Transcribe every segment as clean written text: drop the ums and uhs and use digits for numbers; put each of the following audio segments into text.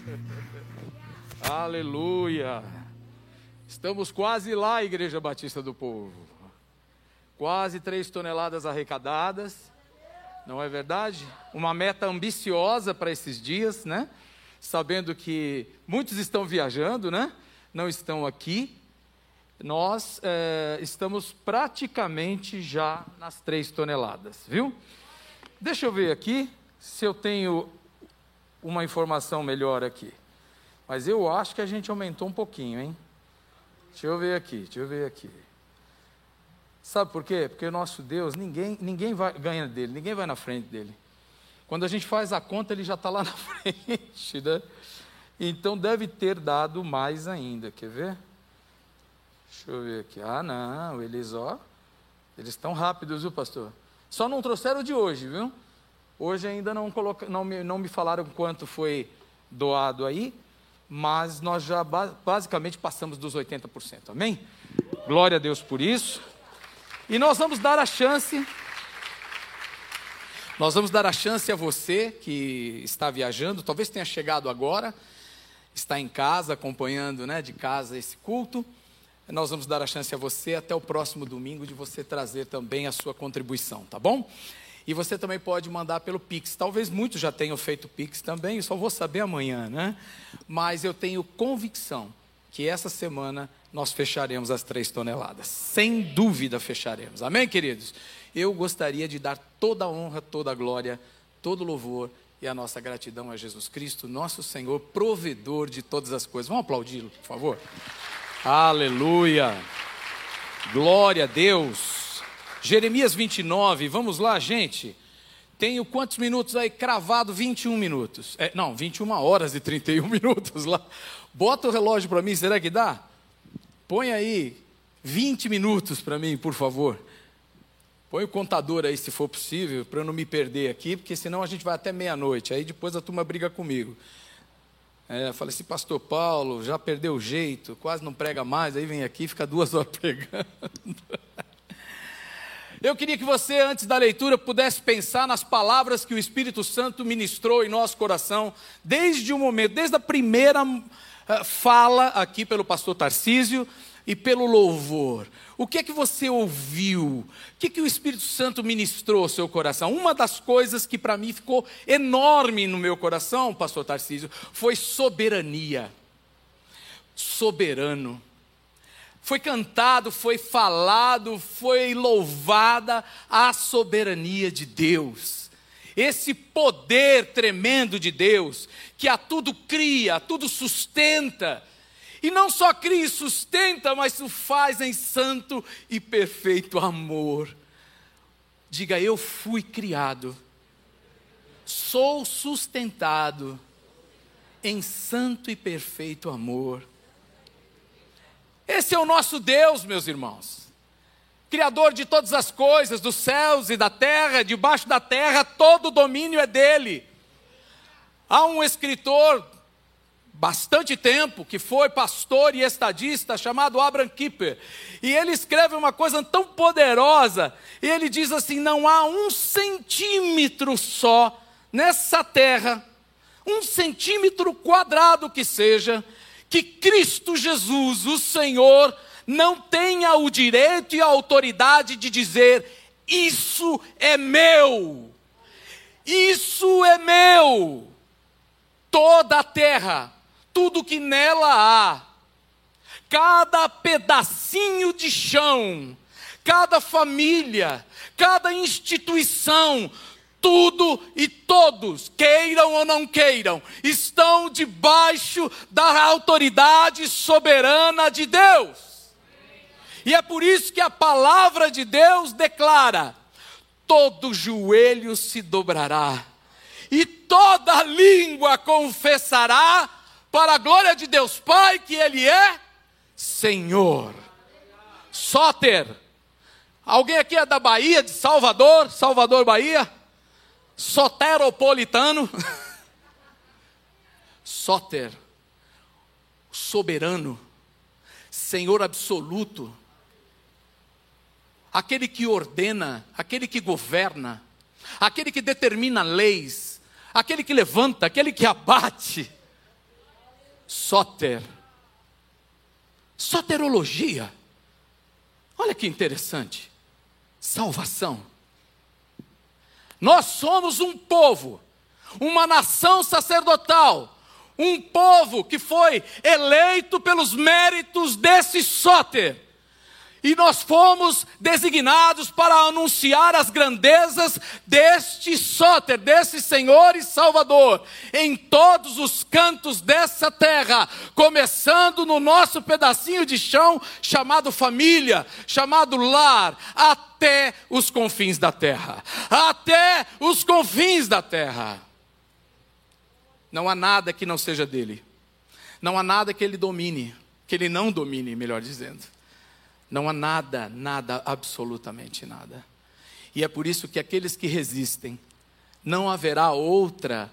Aleluia! Estamos quase lá, Igreja Batista do Povo. Quase 3 toneladas arrecadadas, não é verdade? Uma meta ambiciosa para esses dias, né? Sabendo que muitos estão viajando, né? Não estão aqui. Nós estamos praticamente já nas 3 toneladas, viu? Deixa eu ver aqui se eu tenho uma informação melhor aqui. Mas eu acho que a gente aumentou um pouquinho, hein? Deixa eu ver aqui. Sabe por quê? Porque o nosso Deus, ninguém ganha dele, ninguém vai na frente dele. Quando a gente faz a conta, ele já está lá na frente, né? Então deve ter dado mais ainda, quer ver? Deixa eu ver aqui. Ah, não, eles estão rápidos, viu, pastor? Só não trouxeram o de hoje, viu? Hoje ainda não me falaram quanto foi doado aí, mas nós já basicamente passamos dos 80%, amém? Glória a Deus por isso. E nós vamos dar a chance a você que está viajando, talvez tenha chegado agora, está em casa, acompanhando, né, de casa esse culto. Nós vamos dar a chance a você até o próximo domingo de você trazer também a sua contribuição, tá bom? E você também pode mandar pelo Pix. Talvez muitos já tenham feito Pix também, eu só vou saber amanhã, né? Mas eu tenho convicção que essa semana nós fecharemos as 3 toneladas. Sem dúvida fecharemos. Amém, queridos? Eu gostaria de dar toda a honra, toda a glória, todo o louvor e a nossa gratidão a Jesus Cristo, nosso Senhor, provedor de todas as coisas. Vamos aplaudi-lo, por favor? Aleluia! Glória a Deus! Jeremias 29, vamos lá, gente. Tenho quantos minutos aí? Cravado 21 minutos. 21 horas e 31 minutos lá. Bota o relógio para mim, será que dá? Põe aí 20 minutos para mim, por favor. Põe o contador aí, se for possível, para eu não me perder aqui, porque senão a gente vai até meia-noite. Aí depois a turma briga comigo. Falei assim, pastor Paulo, já perdeu o jeito, quase não prega mais, aí vem aqui e fica 2 horas pregando. Eu queria que você, antes da leitura, pudesse pensar nas palavras que o Espírito Santo ministrou em nosso coração, desde o momento, desde a primeira fala aqui pelo pastor Tarcísio e pelo louvor. O que é que você ouviu? O que é que o Espírito Santo ministrou ao seu coração? Uma das coisas que para mim ficou enorme no meu coração, pastor Tarcísio, foi soberania. Soberano. Foi cantado, foi falado, foi louvada a soberania de Deus. Esse poder tremendo de Deus, que a tudo cria, a tudo sustenta. E não só cria e sustenta, mas o faz em santo e perfeito amor. Diga, eu fui criado, sou sustentado em santo e perfeito amor. Esse é o nosso Deus, meus irmãos. Criador de todas as coisas, dos céus e da terra, debaixo da terra, todo o domínio é dele. Há um escritor, bastante tempo, que foi pastor e estadista, chamado Abraham Kuyper. E ele escreve uma coisa tão poderosa, e ele diz assim, não há 1 centímetro só nessa terra, 1 centímetro quadrado que seja, que Cristo Jesus, o Senhor, não tenha o direito e a autoridade de dizer, isso é meu, isso é meu. Toda a terra, tudo que nela há, cada pedacinho de chão, cada família, cada instituição, tudo e todos, queiram ou não queiram, estão debaixo da autoridade soberana de Deus. E é por isso que a palavra de Deus declara, todo joelho se dobrará, e toda língua confessará, para a glória de Deus Pai, que Ele é Senhor. Sóter. Alguém aqui é da Bahia, de Salvador, Bahia? Soteropolitano. Sóter, soberano, Senhor absoluto, aquele que ordena, aquele que governa, aquele que determina leis, aquele que levanta, aquele que abate. Sóter. Soterologia. Olha que interessante. Salvação. Nós somos um povo, uma nação sacerdotal, um povo que foi eleito pelos méritos desse Sóter. E nós fomos designados para anunciar as grandezas deste Sóter, desse Senhor e Salvador, em todos os cantos dessa terra, começando no nosso pedacinho de chão, chamado família, chamado lar, até os confins da terra. Até os confins da terra. Não há nada que não seja dele. Não há nada que ele domine, que ele não domine, melhor dizendo. Não há nada, nada, absolutamente nada. E é por isso que aqueles que resistem, não haverá outra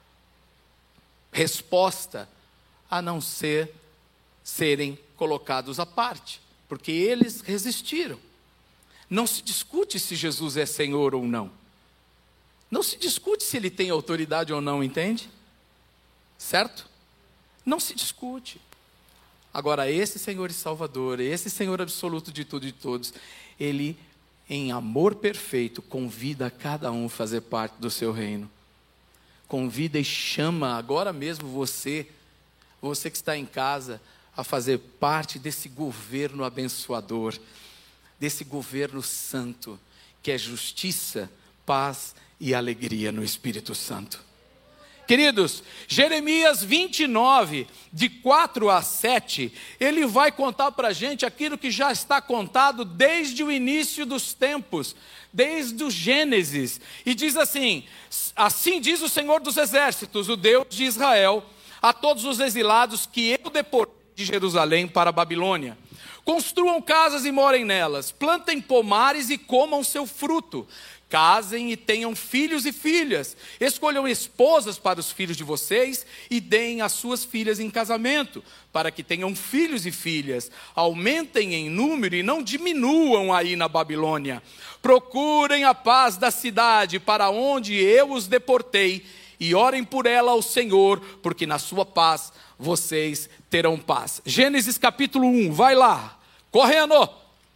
resposta a não ser serem colocados à parte, porque eles resistiram. Não se discute se Jesus é Senhor ou não. Não se discute se ele tem autoridade ou não, entende? Certo? Não se discute. Agora, esse Senhor e Salvador, esse Senhor absoluto de tudo e de todos, Ele, em amor perfeito, convida cada um a fazer parte do seu reino. Convida e chama agora mesmo você que está em casa, a fazer parte desse governo abençoador, desse governo santo, que é justiça, paz e alegria no Espírito Santo. Queridos, Jeremias 29, de 4 a 7, ele vai contar para a gente aquilo que já está contado desde o início dos tempos, desde o Gênesis. E diz assim: assim diz o Senhor dos Exércitos, o Deus de Israel, a todos os exilados que eu deportei de Jerusalém para a Babilônia. Construam casas e morem nelas, plantem pomares e comam seu fruto. Casem e tenham filhos e filhas, escolham esposas para os filhos de vocês e deem as suas filhas em casamento, para que tenham filhos e filhas, aumentem em número e não diminuam aí na Babilônia. Procurem a paz da cidade para onde eu os deportei e orem por ela ao Senhor, porque na sua paz vocês terão paz. Gênesis capítulo 1, vai lá, correndo!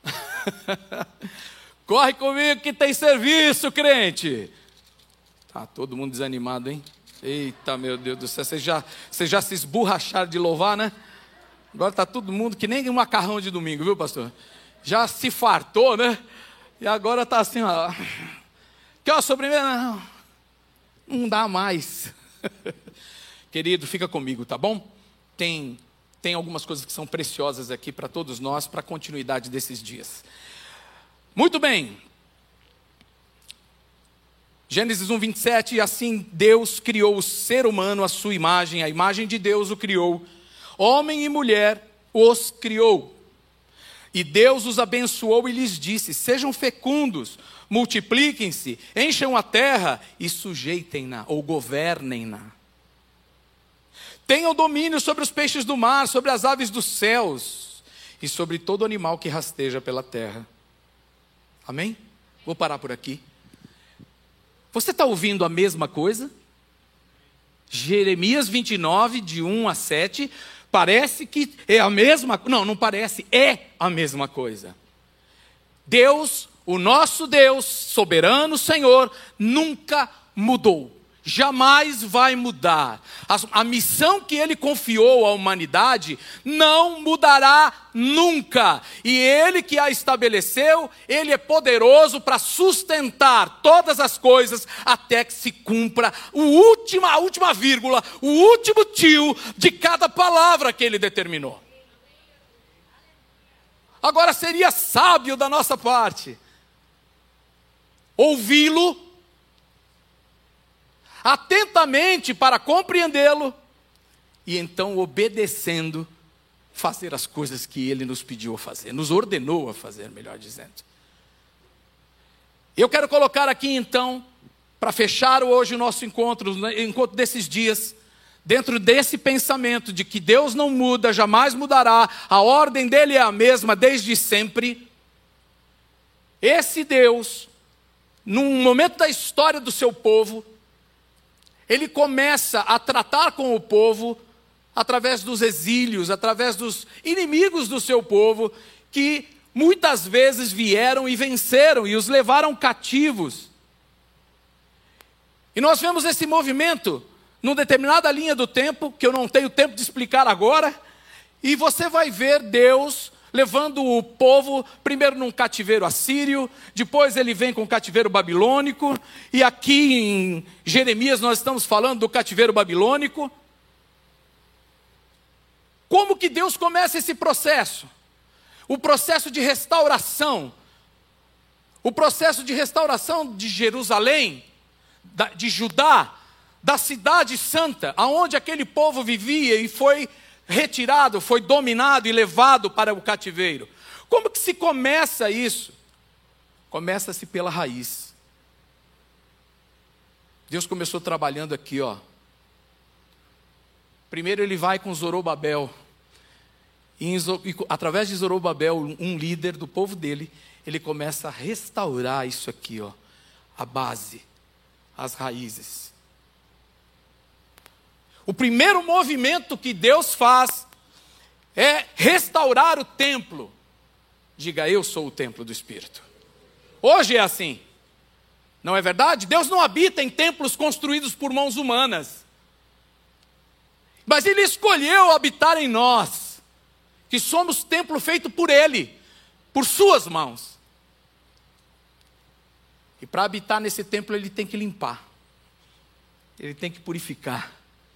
Corre comigo que tem serviço, crente. Tá todo mundo desanimado, hein? Eita, meu Deus do céu. Vocês já se esborracharam de louvar, né? Agora tá todo mundo que nem um macarrão de domingo, viu, pastor? Já se fartou, né? E agora tá assim, ó. Quer uma sobremesa? Não dá mais. Querido, fica comigo, tá bom? Tem algumas coisas que são preciosas aqui para todos nós, para a continuidade desses dias. Muito bem, Gênesis 1, 27, assim Deus criou o ser humano à sua imagem, a imagem de Deus o criou, homem e mulher os criou. E Deus os abençoou e lhes disse: sejam fecundos, multipliquem-se, encham a terra e sujeitem-na ou governem-na. Tenham domínio sobre os peixes do mar, sobre as aves dos céus e sobre todo animal que rasteja pela terra. Amém? Vou parar por aqui. Você está ouvindo a mesma coisa? Jeremias 29, de 1 a 7, parece que é a mesma... Não parece, é a mesma coisa. Deus, o nosso Deus, soberano Senhor, nunca mudou. Jamais vai mudar. A missão que Ele confiou à humanidade não mudará nunca. E Ele que a estabeleceu, Ele é poderoso para sustentar todas as coisas até que se cumpra a última vírgula, o último tio de cada palavra que Ele determinou. Agora seria sábio da nossa parte ouvi-lo atentamente para compreendê-lo e então, obedecendo, fazer as coisas que Ele nos pediu a fazer, nos ordenou a fazer, melhor dizendo. Eu quero colocar aqui então, para fechar hoje o nosso encontro desses dias, dentro desse pensamento de que Deus não muda, jamais mudará, a ordem dele é a mesma desde sempre. Esse Deus, num momento da história do seu povo, Ele começa a tratar com o povo através dos exílios, através dos inimigos do seu povo, que muitas vezes vieram e venceram e os levaram cativos. E nós vemos esse movimento numa determinada linha do tempo, que eu não tenho tempo de explicar agora, e você vai ver Deus levando o povo, primeiro num cativeiro assírio, depois ele vem com o cativeiro babilônico, e aqui em Jeremias nós estamos falando do cativeiro babilônico. Como que Deus começa esse processo? O processo de restauração. O processo de restauração de Jerusalém, de Judá, da cidade santa, aonde aquele povo vivia e foi retirado, foi dominado e levado para o cativeiro. Como que se começa isso? Começa-se pela raiz. Deus começou trabalhando aqui, ó. Primeiro ele vai com Zorobabel. E através de Zorobabel, um líder do povo dele, ele começa a restaurar isso aqui, ó, a base, as raízes. O primeiro movimento que Deus faz é restaurar o templo. Diga, eu sou o templo do Espírito. Hoje é assim, não é verdade? Deus não habita em templos construídos por mãos humanas, mas Ele escolheu habitar em nós, que somos templo feito por Ele, por suas mãos. E para habitar nesse templo Ele tem que limpar, Ele tem que purificar,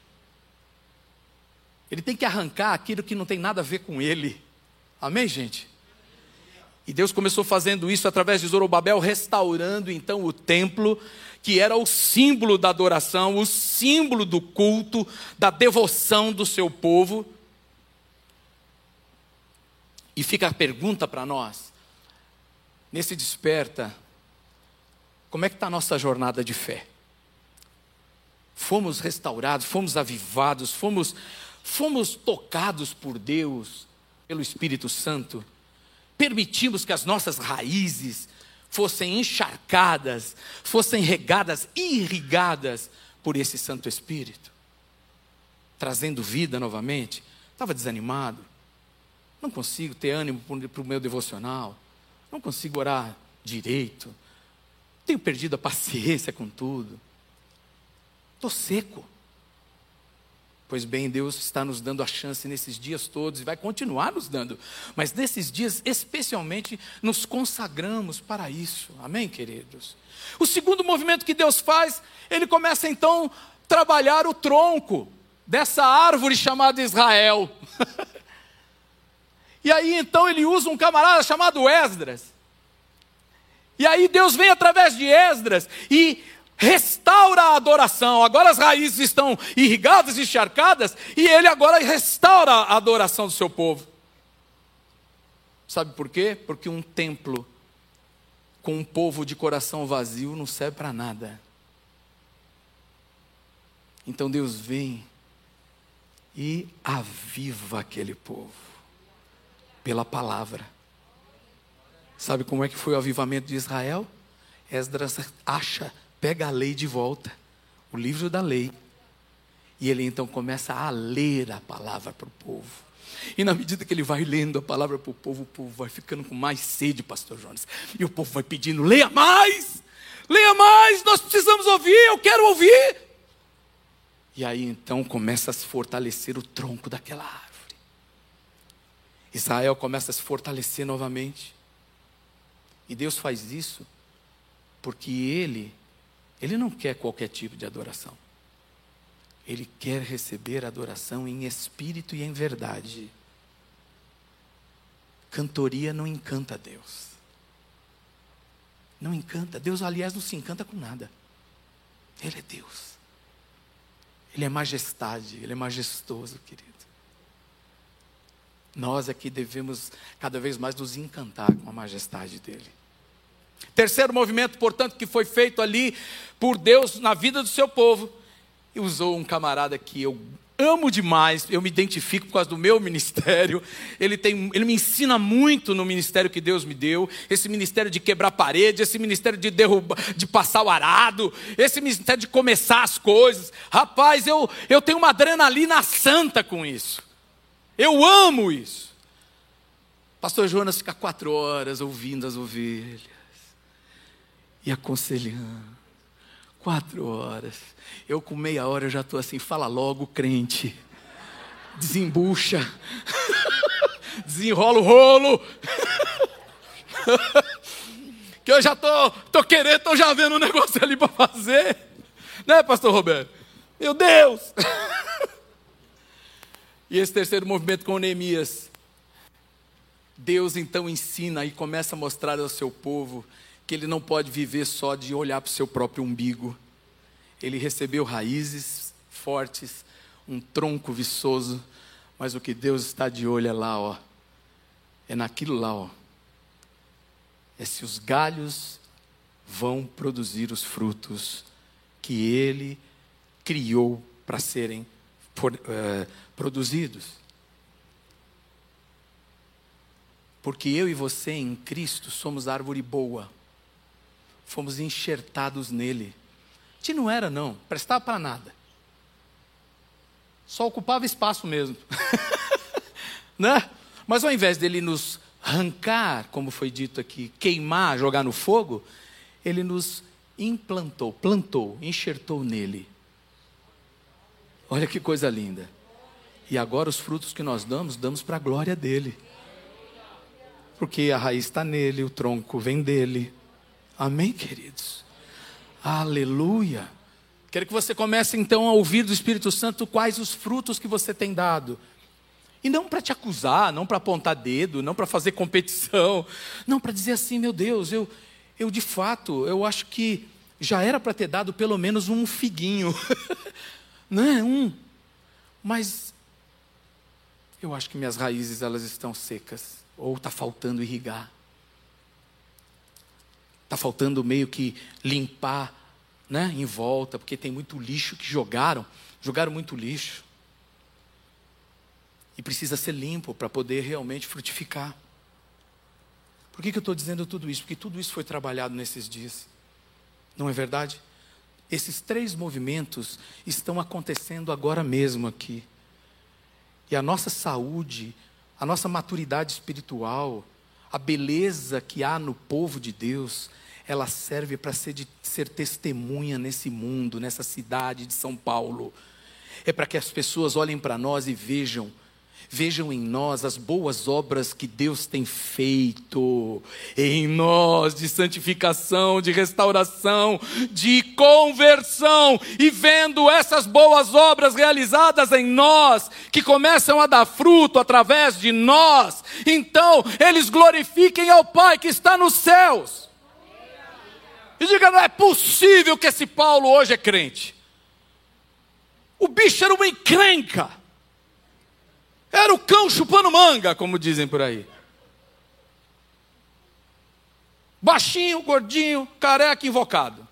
Ele tem que arrancar aquilo que não tem nada a ver com Ele. Amém, gente? E Deus começou fazendo isso através de Zorobabel, restaurando então o templo, que era o símbolo da adoração, o símbolo do culto, da devoção do seu povo. E fica a pergunta para nós, nesse desperta, como é que está a nossa jornada de fé? Fomos restaurados, fomos avivados, fomos tocados por Deus, pelo Espírito Santo? Permitimos que as nossas raízes fossem encharcadas, fossem regadas, irrigadas por esse Santo Espírito, trazendo vida novamente? Estava desanimado, não consigo ter ânimo para o meu devocional, não consigo orar direito, tenho perdido a paciência com tudo, estou seco. Pois bem, Deus está nos dando a chance nesses dias todos e vai continuar nos dando. Mas nesses dias, especialmente, nos consagramos para isso. Amém, queridos? O segundo movimento que Deus faz, Ele começa então a trabalhar o tronco dessa árvore chamada Israel. E aí então Ele usa um camarada chamado Esdras. E aí Deus vem através de Esdras e restaura a adoração. Agora as raízes estão irrigadas e encharcadas, e Ele agora restaura a adoração do seu povo. Sabe por quê? Porque um templo com um povo de coração vazio não serve para nada. Então Deus vem e aviva aquele povo pela palavra. Sabe como é que foi o avivamento de Israel? Esdras pega a lei de volta, o livro da lei, e ele então começa a ler a palavra para o povo. E na medida que ele vai lendo a palavra para o povo vai ficando com mais sede, pastor Jonas. E o povo vai pedindo, leia mais, nós precisamos ouvir, eu quero ouvir. E aí então começa a se fortalecer o tronco daquela árvore. Israel começa a se fortalecer novamente. E Deus faz isso porque Ele não quer qualquer tipo de adoração. Ele quer receber adoração em espírito e em verdade. Cantoria não encanta Deus. Não encanta. Deus, aliás, não se encanta com nada. Ele é Deus. Ele é majestade, Ele é majestoso, querido. Nós aqui devemos cada vez mais nos encantar com a majestade dEle. Terceiro movimento, portanto, que foi feito ali por Deus na vida do seu povo, e usou um camarada que eu amo demais, eu me identifico por causa do meu ministério. Ele me ensina muito no ministério que Deus me deu. Esse ministério de quebrar parede, esse ministério de derrubar, de passar o arado, esse ministério de começar as coisas. Rapaz, eu tenho uma adrenalina santa com isso. Eu amo isso. Pastor Jonas fica 4 horas ouvindo as ovelhas e aconselhando. 4 horas. Eu com meia hora eu já estou assim, fala logo, crente. Desembucha. Desenrola o rolo. Que eu já estou querendo, estou já vendo um negócio ali para fazer. Né, pastor Roberto? Meu Deus! E esse terceiro movimento com Neemias. Deus então ensina e começa a mostrar ao seu povo que ele não pode viver só de olhar para o seu próprio umbigo. Ele recebeu raízes fortes, um tronco viçoso, mas o que Deus está de olho é lá, ó. É naquilo lá, ó. É se os galhos vão produzir os frutos que Ele criou para serem produzidos. Porque eu e você em Cristo somos árvore boa. Fomos enxertados nele. A gente não era não, prestava para nada. Só ocupava espaço mesmo. Né? Mas ao invés dele nos arrancar, como foi dito aqui, queimar, jogar no fogo, ele nos implantou, plantou, enxertou nele. Olha que coisa linda. E agora os frutos que nós damos para a glória dele. Porque a raiz está nele, o tronco vem dele. Amém, queridos? Aleluia. Quero que você comece então a ouvir do Espírito Santo quais os frutos que você tem dado. E não para te acusar, não para apontar dedo, não para fazer competição. Não para dizer assim, meu Deus, eu de fato, eu acho que já era para ter dado pelo menos um figuinho. Não é mas eu acho que minhas raízes elas estão secas. Ou está faltando irrigar. Está faltando meio que limpar, né, em volta, porque tem muito lixo que jogaram muito lixo. E precisa ser limpo para poder realmente frutificar. Por que eu estou dizendo tudo isso? Porque tudo isso foi trabalhado nesses dias. Não é verdade? Esses 3 movimentos estão acontecendo agora mesmo aqui. E a nossa saúde, a nossa maturidade espiritual, a beleza que há no povo de Deus, ela serve para ser testemunha nesse mundo, nessa cidade de São Paulo. É para que as pessoas olhem para nós e vejam em nós as boas obras que Deus tem feito em nós, de santificação, de restauração, de conversão, e vendo essas boas obras realizadas em nós, que começam a dar fruto através de nós, então eles glorifiquem ao Pai que está nos céus. E diga, não é possível que esse Paulo hoje é crente. O bicho era uma encrenca. Era o cão chupando manga, como dizem por aí. Baixinho, gordinho, careca, invocado.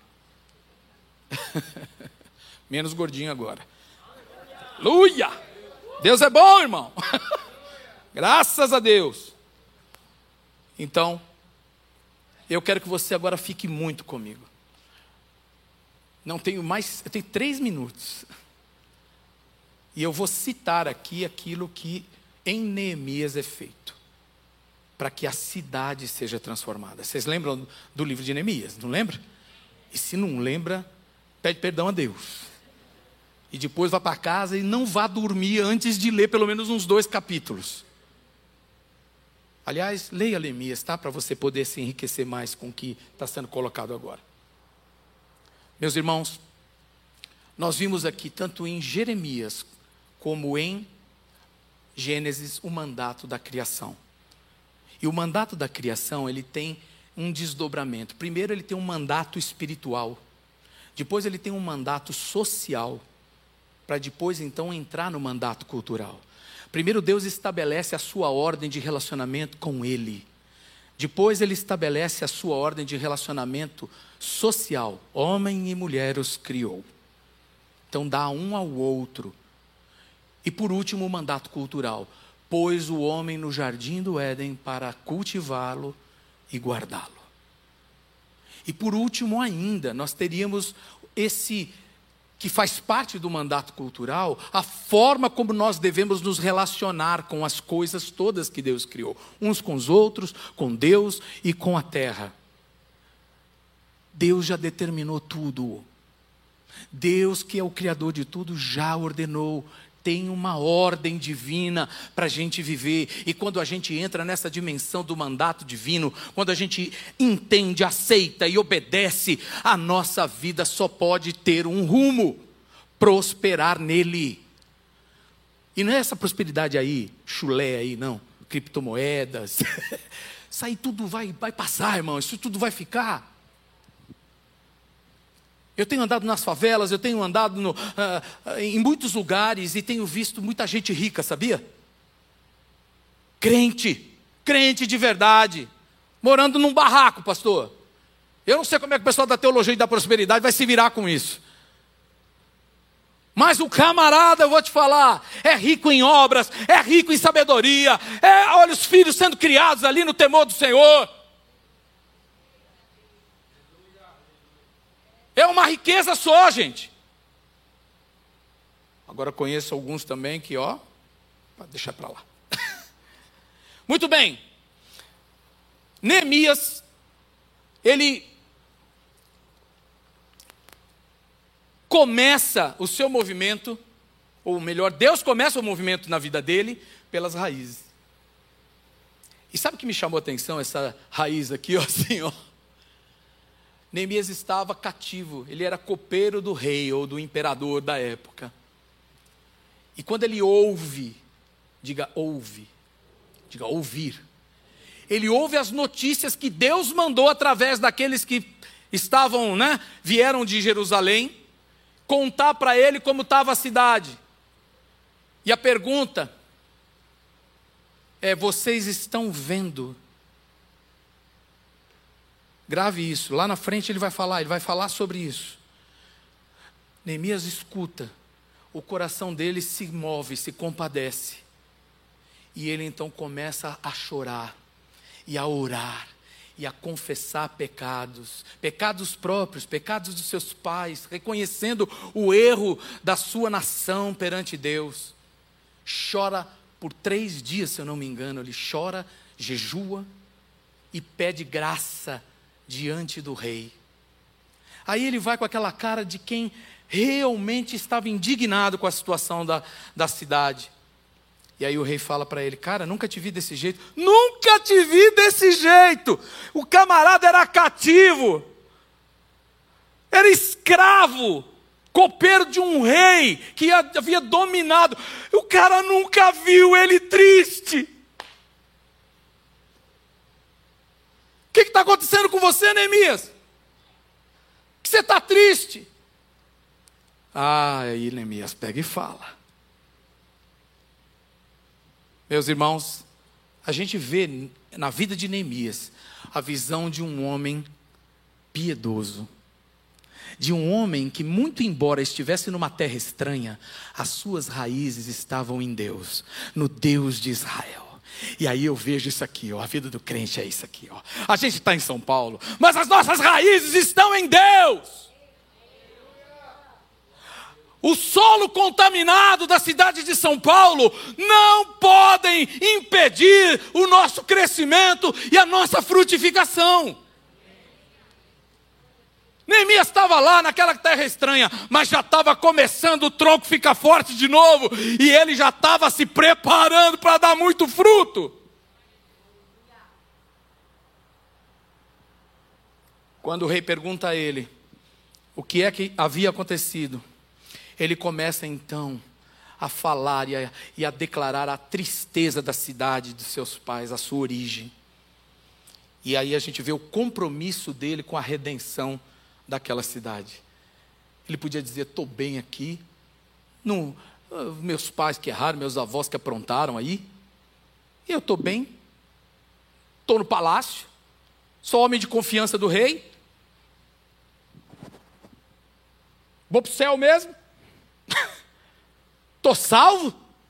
Menos gordinho agora. Aleluia! Deus é bom, irmão. Graças a Deus. Então, eu quero que você agora fique muito comigo. Eu tenho 3 minutos. E eu vou citar aqui aquilo que em Neemias é feito, para que a cidade seja transformada. Vocês lembram do livro de Neemias, não lembra? E se não lembra, pede perdão a Deus. E depois vá para casa e não vá dormir antes de ler pelo menos uns 2 capítulos. Aliás, leia Neemias, tá? Para você poder se enriquecer mais com o que está sendo colocado agora. Meus irmãos, nós vimos aqui, tanto em Jeremias, como em Gênesis, o mandato da criação. E o mandato da criação, ele tem um desdobramento. Primeiro, ele tem um mandato espiritual. Depois, ele tem um mandato social. Para depois, então, entrar no mandato cultural. Primeiro, Deus estabelece a sua ordem de relacionamento com Ele. Depois, Ele estabelece a sua ordem de relacionamento social. Homem e mulher os criou. Então, dá um ao outro. E por último, o mandato cultural. Pôs o homem no jardim do Éden para cultivá-lo e guardá-lo. E por último ainda, nós teríamos esse que faz parte do mandato cultural, a forma como nós devemos nos relacionar com as coisas todas que Deus criou, uns com os outros, com Deus e com a terra. Deus já determinou tudo. Deus, que é o Criador de tudo, já ordenou. Tem uma ordem divina para a gente viver. E quando a gente entra nessa dimensão do mandato divino, quando a gente entende, aceita e obedece, a nossa vida só pode ter um rumo: prosperar nele. E não é essa prosperidade aí, chulé aí, não. Criptomoedas. Isso aí tudo vai passar, irmão. Isso tudo vai ficar. Eu tenho andado nas favelas, eu tenho andado em muitos lugares e tenho visto muita gente rica, sabia? Crente de verdade, morando num barraco, pastor. Eu não sei como é que o pessoal da teologia e da prosperidade vai se virar com isso. Mas o camarada, eu vou te falar, é rico em obras, é rico em sabedoria, olha os filhos sendo criados ali no temor do Senhor. É uma riqueza só, gente. Agora conheço alguns também que, pode deixar para lá. Muito bem. Neemias, ele começa o seu movimento, ou melhor, Deus começa o movimento na vida dele pelas raízes. E sabe o que me chamou a atenção? Essa raiz aqui, assim, Neemias estava cativo, ele era copeiro do rei ou do imperador da época. E quando ele ouve, diga ouvir. Ele ouve as notícias que Deus mandou através daqueles que estavam, vieram de Jerusalém, contar para ele como estava a cidade. E a pergunta é: vocês estão vendo? Grave isso, lá na frente ele vai falar sobre isso. Neemias escuta, o coração dele se move, se compadece. E ele então começa a chorar, e a orar, e a confessar pecados próprios, pecados dos seus pais, reconhecendo o erro da sua nação perante Deus. Chora por 3 dias, se eu não me engano, ele chora, jejua e pede graça diante do rei. Aí ele vai com aquela cara de quem realmente estava indignado com a situação da cidade. E aí o rei fala para ele: cara, nunca te vi desse jeito. Nunca te vi desse jeito. O camarada era cativo, era escravo, copeiro de um rei que havia dominado. O cara nunca viu ele triste. O que está acontecendo com você, Neemias? Que você está triste? Aí Neemias pega e fala. Meus irmãos, a gente vê na vida de Neemias a visão de um homem piedoso, de um homem que, muito embora estivesse numa terra estranha, as suas raízes estavam em Deus, no Deus de Israel. E aí eu vejo isso aqui, a vida do crente é isso aqui, A gente está em São Paulo, mas as nossas raízes estão em Deus. O solo contaminado da cidade de São Paulo não podem impedir o nosso crescimento e a nossa frutificação. Neemias estava lá naquela terra estranha, mas já estava começando o tronco ficar forte de novo, e ele já estava se preparando para dar muito fruto. Quando o rei pergunta a ele o que é que havia acontecido, ele começa então a falar e a declarar a tristeza da cidade dos seus pais, a sua origem. E aí a gente vê o compromisso dele com a redenção daquela cidade. Ele podia dizer: estou bem aqui, não, meus pais que erraram, meus avós que aprontaram aí, e eu estou bem, estou no palácio, sou homem de confiança do rei, vou para o céu mesmo, estou salvo,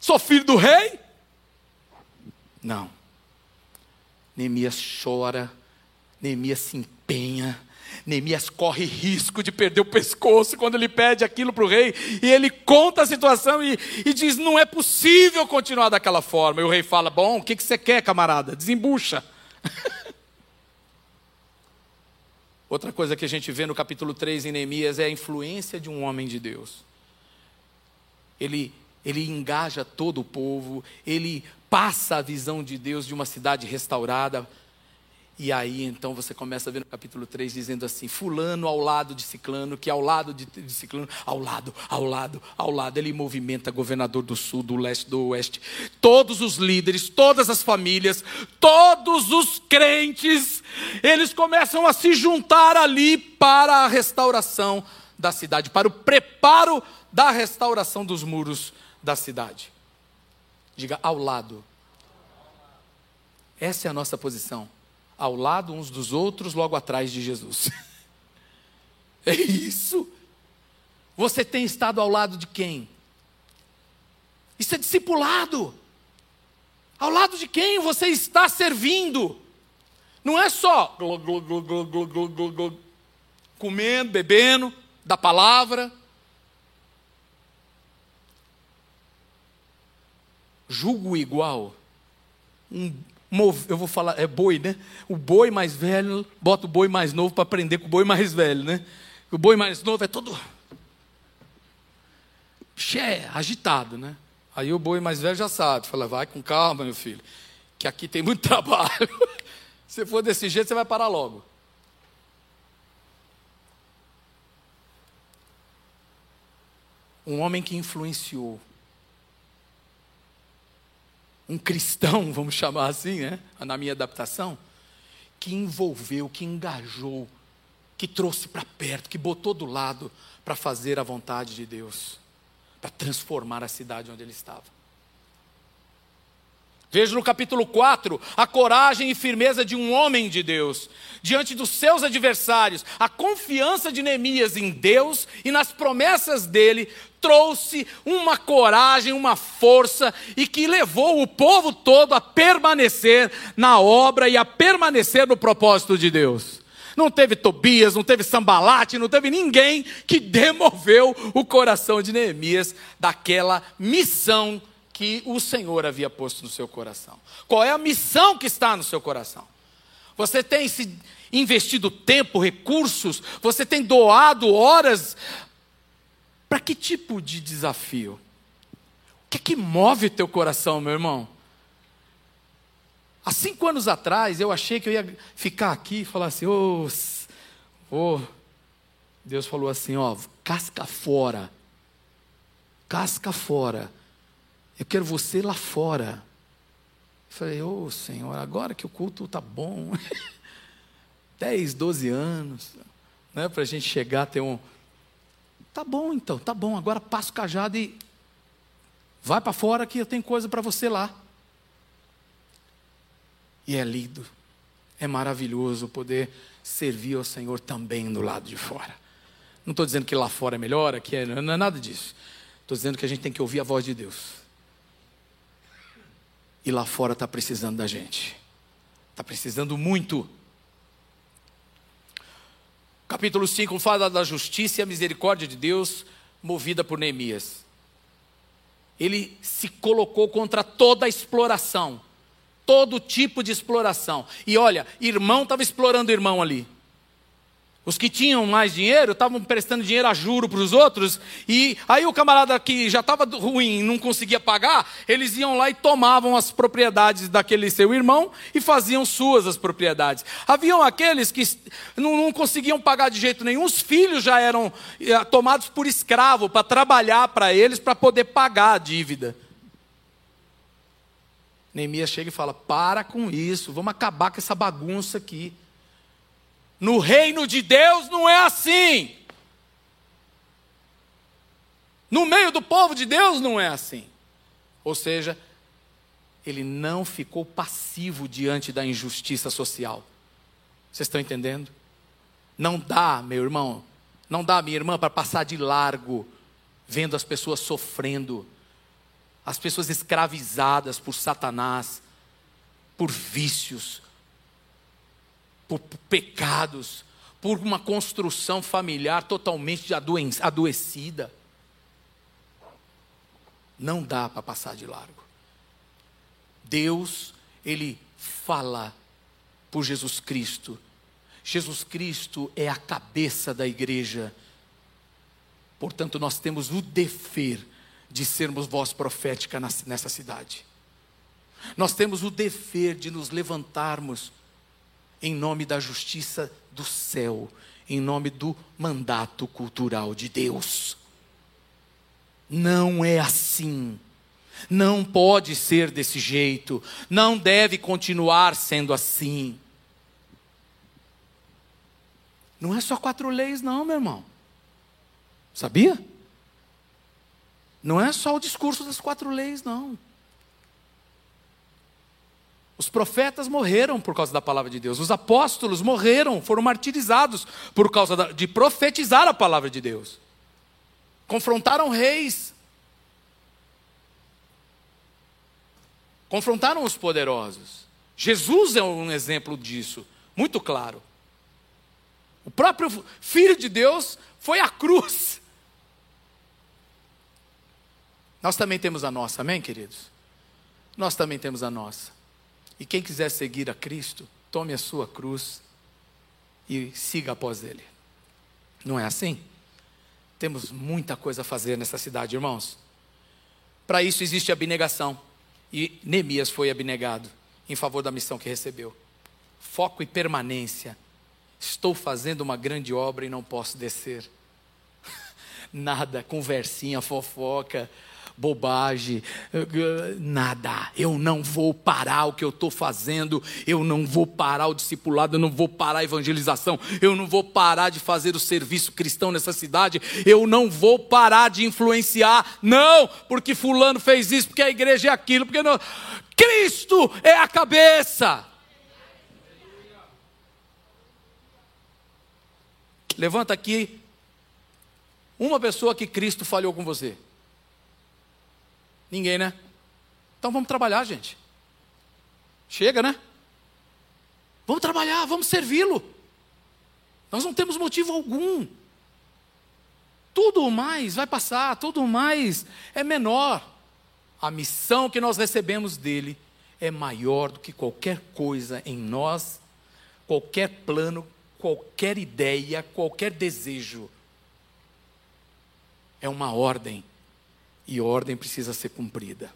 Sou filho do rei? Não. Neemias chora, Neemias se empenha, Neemias corre risco de perder o pescoço quando ele pede aquilo para o rei, e ele conta a situação e diz, não é possível continuar daquela forma. E o rei fala, bom, o que você quer, camarada? Desembucha. Outra coisa que a gente vê no capítulo 3 em Neemias é a influência de um homem de Deus. Ele engaja todo o povo, ele passa a visão de Deus de uma cidade restaurada. E aí então você começa a ver no capítulo 3 dizendo assim, fulano ao lado de ciclano, que ao lado de ciclano, ao lado, ele movimenta governador do sul, do leste, do oeste, todos os líderes, todas as famílias, todos os crentes, eles começam a se juntar ali para a restauração da cidade, para o preparo da restauração dos muros da cidade. Diga, ao lado. Essa é a nossa posição. Ao lado uns dos outros, logo atrás de Jesus. É isso. Você tem estado ao lado de quem? Isso é discipulado. Ao lado de quem você está servindo? Não é só comendo, bebendo da palavra. Julgo igual. Eu vou falar, é boi, né? O boi mais velho bota o boi mais novo para aprender com o boi mais velho, né? O boi mais novo é todo agitado, né? Aí o boi mais velho já sabe, fala, vai com calma, meu filho, que aqui tem muito trabalho. Se for desse jeito, você vai parar logo. Um homem que influenciou, um cristão, vamos chamar assim, né? Na minha adaptação, que envolveu, que engajou, que trouxe para perto, que botou do lado para fazer a vontade de Deus, para transformar a cidade onde ele estava. Veja no capítulo 4, a coragem e firmeza de um homem de Deus, diante dos seus adversários, a confiança de Neemias em Deus e nas promessas dele, trouxe uma coragem, uma força, e que levou o povo todo a permanecer na obra e a permanecer no propósito de Deus. Não teve Tobias, não teve Sambalate, não teve ninguém que demoveu o coração de Neemias daquela missão que o Senhor havia posto no seu coração. Qual é a missão que está no seu coração? Você tem se investido tempo, recursos, você tem doado horas. Para que tipo de desafio? O que é que move teu coração, meu irmão? Há 5 anos atrás, eu achei que eu ia ficar aqui e falar assim, Deus falou assim, casca fora. Casca fora. Eu quero você lá fora. Eu falei, Senhor, agora que o culto está bom. 10, 12 anos. Né, para a gente chegar a ter um... Tá bom então, tá bom. Agora passa o cajado e vai para fora que eu tenho coisa para você lá. E é lindo, é maravilhoso poder servir ao Senhor também do lado de fora. Não estou dizendo que lá fora é melhor, aqui não é nada disso. Estou dizendo que a gente tem que ouvir a voz de Deus. E lá fora está precisando da gente. Está precisando muito. Capítulo 5 fala da justiça e a misericórdia de Deus movida por Neemias. Ele se colocou contra toda a exploração. Todo tipo de exploração. E olha, irmão estava explorando irmão ali. Os que tinham mais dinheiro estavam prestando dinheiro a juro para os outros. E aí o camarada que já estava ruim, não conseguia pagar, eles iam lá e tomavam as propriedades daquele seu irmão e faziam suas as propriedades. Haviam aqueles que não conseguiam pagar de jeito nenhum, os filhos já eram tomados por escravo para trabalhar para eles, para poder pagar a dívida. Neemias chega e fala, para com isso, vamos acabar com essa bagunça aqui. No reino de Deus não é assim. No meio do povo de Deus não é assim. Ou seja, ele não ficou passivo diante da injustiça social. Vocês estão entendendo? Não dá, meu irmão, não dá, minha irmã, para passar de largo, vendo as pessoas sofrendo. as pessoas escravizadas por Satanás, por vícios, por pecados, por uma construção familiar totalmente adoecida. Não dá para passar de largo. Deus, Ele fala por Jesus Cristo. Jesus Cristo é a cabeça da igreja. Portanto, nós temos o dever de sermos voz profética nessa cidade. Nós temos o dever de nos levantarmos em nome da justiça do céu, em nome do mandato cultural de Deus. Não é assim. Não pode ser desse jeito. Não deve continuar sendo assim. Não é só 4 leis não, meu irmão. Sabia? Não é só o discurso das 4 leis, não. Os profetas morreram por causa da palavra de Deus. Os apóstolos morreram, foram martirizados por causa de profetizar a palavra de Deus. Confrontaram reis. Confrontaram os poderosos. Jesus é um exemplo disso, muito claro. O próprio Filho de Deus foi à cruz. Nós também temos a nossa, amém, queridos? Nós também temos a nossa. E quem quiser seguir a Cristo, tome a sua cruz e siga após Ele. Não é assim? Temos muita coisa a fazer nessa cidade, irmãos. Para isso existe abnegação. E Neemias foi abnegado em favor da missão que recebeu. Foco e permanência. Estou fazendo uma grande obra e não posso descer. Nada, conversinha, fofoca, bobagem, nada. Eu não vou parar o que eu estou fazendo, eu não vou parar o discipulado, eu não vou parar a evangelização, eu não vou parar de fazer o serviço cristão nessa cidade, eu não vou parar de influenciar, não, porque fulano fez isso, porque a igreja é aquilo, porque não. Cristo é a cabeça. Levanta aqui uma pessoa que Cristo falhou com você. Ninguém, né? Então vamos trabalhar, gente. Chega, né? Vamos trabalhar, vamos servi-lo. Nós não temos motivo algum. Tudo mais vai passar, tudo mais é menor. A missão que nós recebemos dele é maior do que qualquer coisa em nós, qualquer plano, qualquer ideia, qualquer desejo. É uma ordem. E ordem precisa ser cumprida.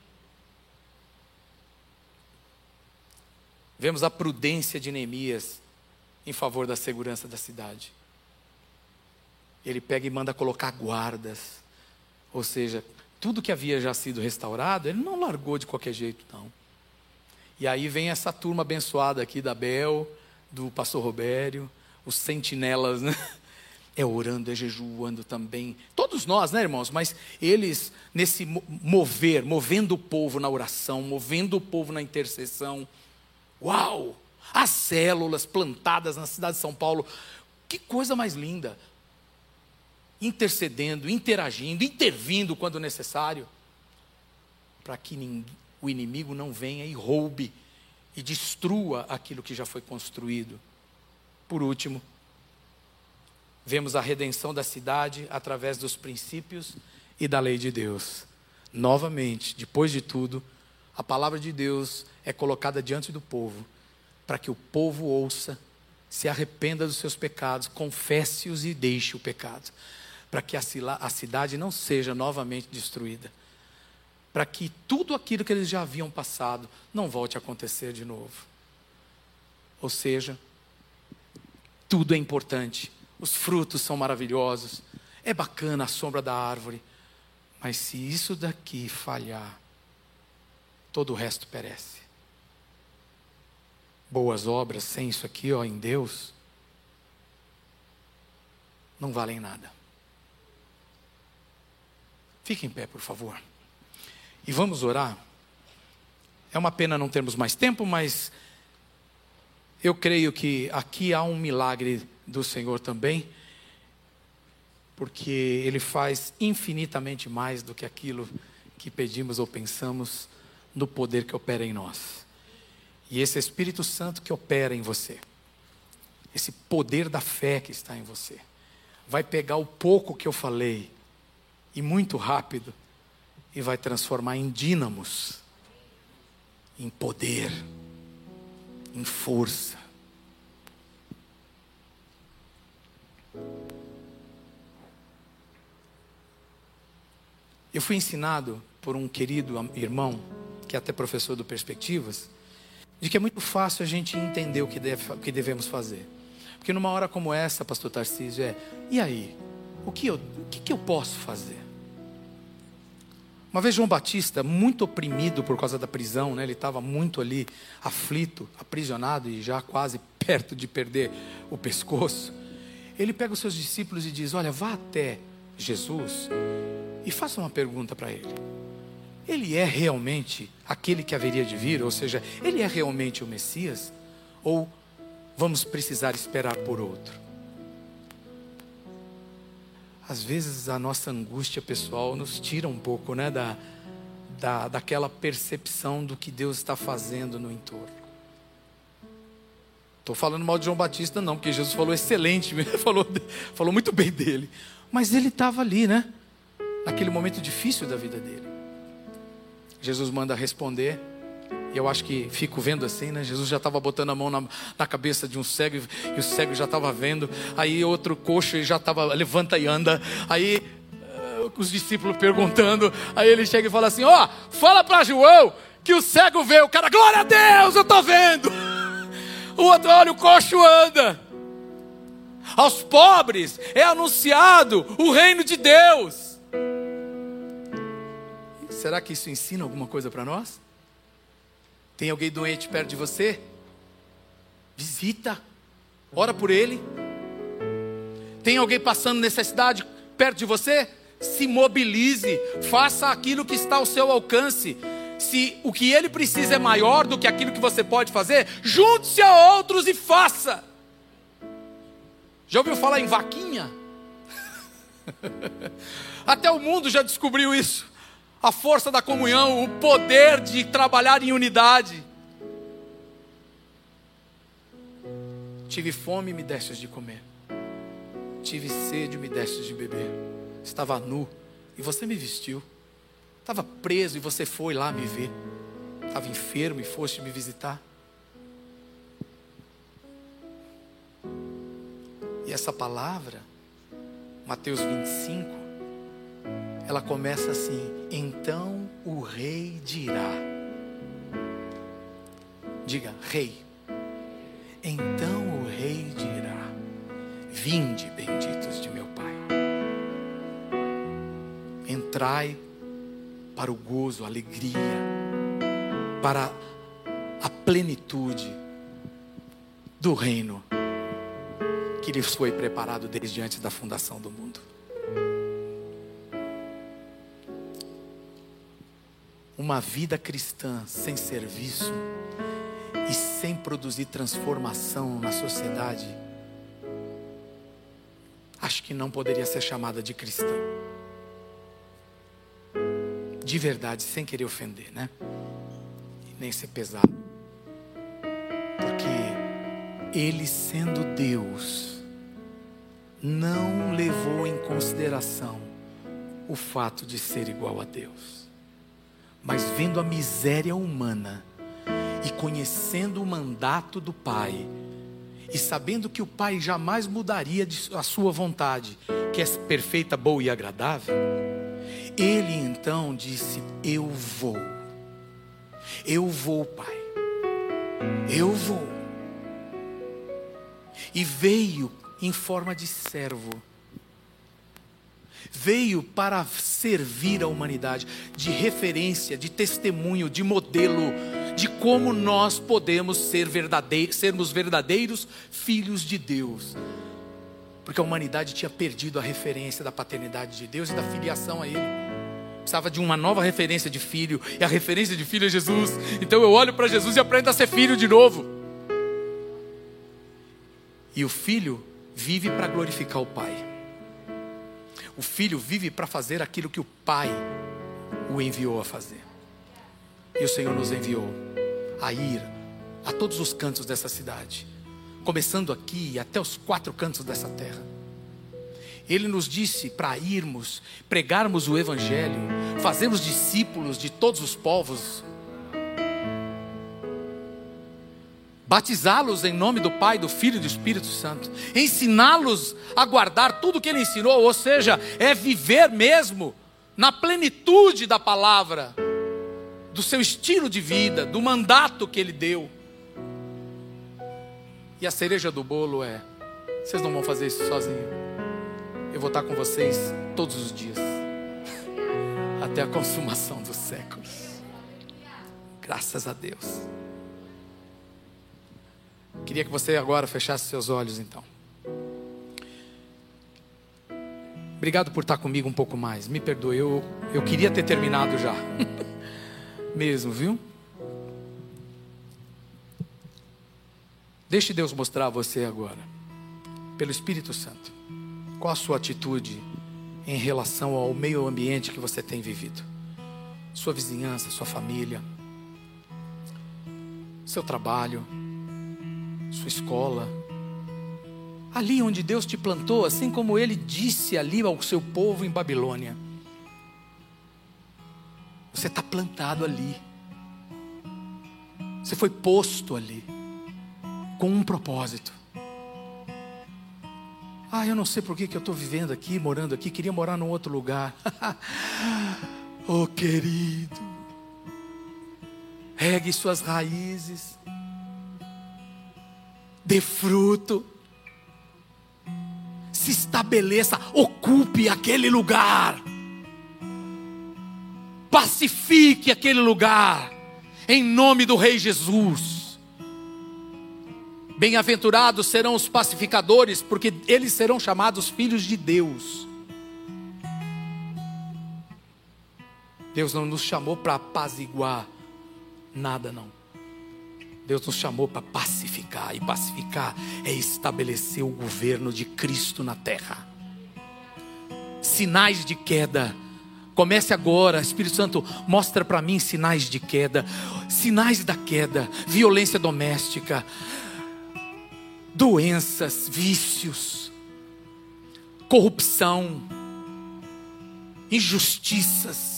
Vemos a prudência de Neemias em favor da segurança da cidade. Ele pega e manda colocar guardas. Ou seja, tudo que havia já sido restaurado, ele não largou de qualquer jeito, não. E aí vem essa turma abençoada aqui da Bel, do pastor Robério, os sentinelas, né? É orando, é jejuando também. Todos nós, né, irmãos? Mas eles, nesse movendo o povo na oração, movendo o povo na intercessão. Uau! As células plantadas na cidade de São Paulo. Que coisa mais linda. Intercedendo, interagindo, intervindo quando necessário. Para que o inimigo não venha e roube e destrua aquilo que já foi construído. Por último, vemos a redenção da cidade através dos princípios e da lei de Deus. Novamente, depois de tudo, a palavra de Deus é colocada diante do povo, para que o povo ouça, se arrependa dos seus pecados, confesse-os e deixe o pecado, para que a cidade não seja novamente destruída, para que tudo aquilo que eles já haviam passado não volte a acontecer de novo. Ou seja, tudo é importante. Os frutos são maravilhosos, é bacana a sombra da árvore, mas se isso daqui falhar, todo o resto perece. Boas obras sem isso aqui, em Deus, não valem nada. Fique em pé, por favor. E vamos orar. É uma pena não termos mais tempo, mas eu creio que aqui há um milagre do Senhor também, porque Ele faz infinitamente mais do que aquilo que pedimos ou pensamos no poder que opera em nós. E esse Espírito Santo que opera em você, esse poder da fé que está em você, vai pegar o pouco que eu falei, e muito rápido, e vai transformar em dínamos, em poder, em força. Eu fui ensinado por um querido irmão, que é até professor do Perspectivas, de que é muito fácil a gente entender o que devemos fazer. Porque numa hora como essa, pastor Tarcísio, e aí? O que eu posso fazer? Uma vez João Batista, muito oprimido por causa da prisão, né? Ele estava muito ali, aflito, aprisionado e já quase perto de perder o pescoço. Ele pega os seus discípulos e diz: olha, vá até Jesus e faça uma pergunta para ele. Ele é realmente aquele que haveria de vir? Ou seja, ele é realmente o Messias? Ou vamos precisar esperar por outro? Às vezes a nossa angústia pessoal nos tira um pouco, né, daquela percepção do que Deus está fazendo no entorno. Estou falando mal de João Batista não, porque Jesus falou excelente, falou muito bem dele. Mas ele estava ali, né, naquele momento difícil da vida dele. Jesus manda responder, e eu acho que fico vendo assim, né? Jesus já estava botando a mão na cabeça de um cego, e o cego já estava vendo. Aí outro coxo, ele já estava, levanta e anda. Aí os discípulos perguntando, aí ele chega e fala assim: fala para João que o cego vê. O cara: glória a Deus, eu estou vendo. O outro: olha, o coxo anda. Aos pobres é anunciado o reino de Deus. Será que isso ensina alguma coisa para nós? Tem alguém doente perto de você? Visita, ora por ele. Tem alguém passando necessidade perto de você? Se mobilize, faça aquilo que está ao seu alcance. Se o que ele precisa é maior do que aquilo que você pode fazer, junte-se a outros e faça. Já ouviu falar em vaquinha? Até o mundo já descobriu isso. A força da comunhão, o poder de trabalhar em unidade. Tive fome e me destes de comer. Tive sede e me destes de beber. Estava nu e você me vestiu. Estava preso e você foi lá me ver. Estava enfermo e foste me visitar. E essa palavra, Mateus 25, ela começa assim: então o rei dirá. Diga: rei. Então o rei dirá: vinde, benditos de meu Pai. Entrai para o gozo, a alegria, para a plenitude do reino que lhes foi preparado desde antes da fundação do mundo. Uma vida cristã sem serviço e sem produzir transformação na sociedade, acho que não poderia ser chamada de cristã. De verdade, sem querer ofender, né? E nem ser pesado. Porque Ele, sendo Deus, não levou em consideração o fato de ser igual a Deus. Mas vendo a miséria humana e conhecendo o mandato do Pai, e sabendo que o Pai jamais mudaria a sua vontade, que é perfeita, boa e agradável, Ele então disse: eu vou, Pai, eu vou. E veio em forma de servo. Veio para servir a humanidade, de referência, de testemunho, de modelo, de como nós podemos sermos verdadeiros filhos de Deus. Porque a humanidade tinha perdido a referência da paternidade de Deus e da filiação a Ele. Precisava de uma nova referência de filho, e a referência de filho é Jesus. Então eu olho para Jesus e aprendo a ser filho de novo. E o filho vive para glorificar o Pai. O filho vive para fazer aquilo que o Pai o enviou a fazer. E o Senhor nos enviou a ir a todos os cantos dessa cidade, começando aqui até os 4 cantos dessa terra. Ele nos disse para irmos, pregarmos o Evangelho, fazermos discípulos de todos os povos, batizá-los em nome do Pai, do Filho e do Espírito Santo, ensiná-los a guardar tudo que Ele ensinou, ou seja, é viver mesmo na plenitude da palavra, do seu estilo de vida, do mandato que Ele deu. E a cereja do bolo é: vocês não vão fazer isso sozinhos. Eu vou estar com vocês todos os dias, até a consumação dos séculos. Graças a Deus. Queria que você agora fechasse seus olhos então. Obrigado por estar comigo um pouco mais. Me perdoe, eu queria ter terminado já. Mesmo, viu? Deixe Deus mostrar a você agora, pelo Espírito Santo, qual a sua atitude em relação ao meio ambiente que você tem vivido. Sua vizinhança, sua família, seu trabalho, sua escola, ali onde Deus te plantou, assim como Ele disse ali ao seu povo em Babilônia. Você está plantado ali, você foi posto ali, com um propósito. Eu não sei por que eu estou vivendo aqui, morando aqui, queria morar num outro lugar. Oh querido, regue suas raízes, dê fruto, se estabeleça, ocupe aquele lugar, pacifique aquele lugar, em nome do Rei Jesus. Bem-aventurados serão os pacificadores, porque eles serão chamados filhos de Deus. Deus não nos chamou para apaziguar nada, não. Deus nos chamou para pacificar, e pacificar é estabelecer o governo de Cristo na terra. Sinais de queda. Comece agora, Espírito Santo, mostra para mim sinais de queda. Sinais da queda, violência doméstica, doenças, vícios, corrupção, injustiças.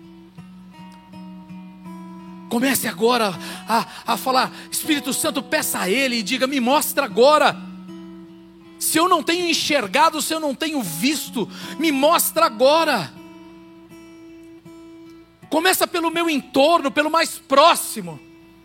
Comece agora a falar: Espírito Santo, peça a Ele e diga: me mostra agora. Se eu não tenho enxergado, se eu não tenho visto, me mostra agora. Começa pelo meu entorno, pelo mais próximo.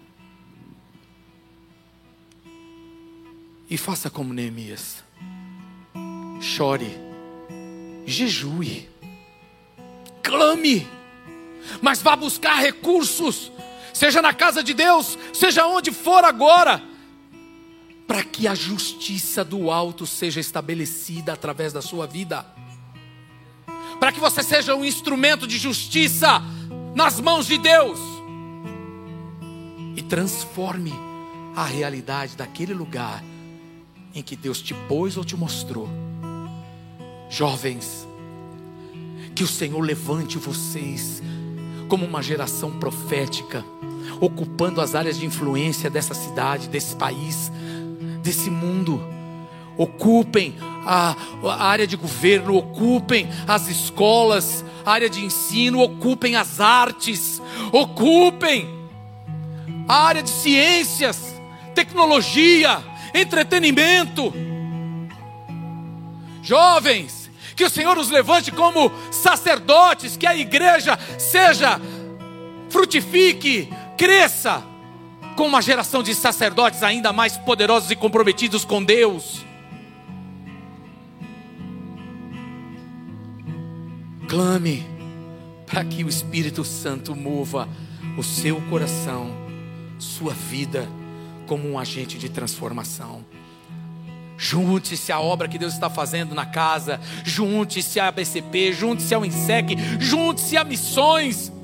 E faça como Neemias. Chore, jejue, clame, mas vá buscar recursos, seja na casa de Deus, seja onde for agora, para que a justiça do alto seja estabelecida através da sua vida, para que você seja um instrumento de justiça nas mãos de Deus, e transforme a realidade daquele lugar em que Deus te pôs ou te mostrou. Jovens, que o Senhor levante vocês como uma geração profética, ocupando as áreas de influência dessa cidade, desse país, desse mundo. Ocupem a área de governo, ocupem as escolas, a área de ensino, ocupem as artes, ocupem a área de ciências, tecnologia, entretenimento. Jovens, que o Senhor os levante como sacerdotes, que a igreja frutifique, cresça com uma geração de sacerdotes ainda mais poderosos e comprometidos com Deus. Clame para que o Espírito Santo mova o seu coração, sua vida, como um agente de transformação. Junte-se à obra que Deus está fazendo na casa, junte-se à ABCP, junte-se ao INSEC, junte-se a missões.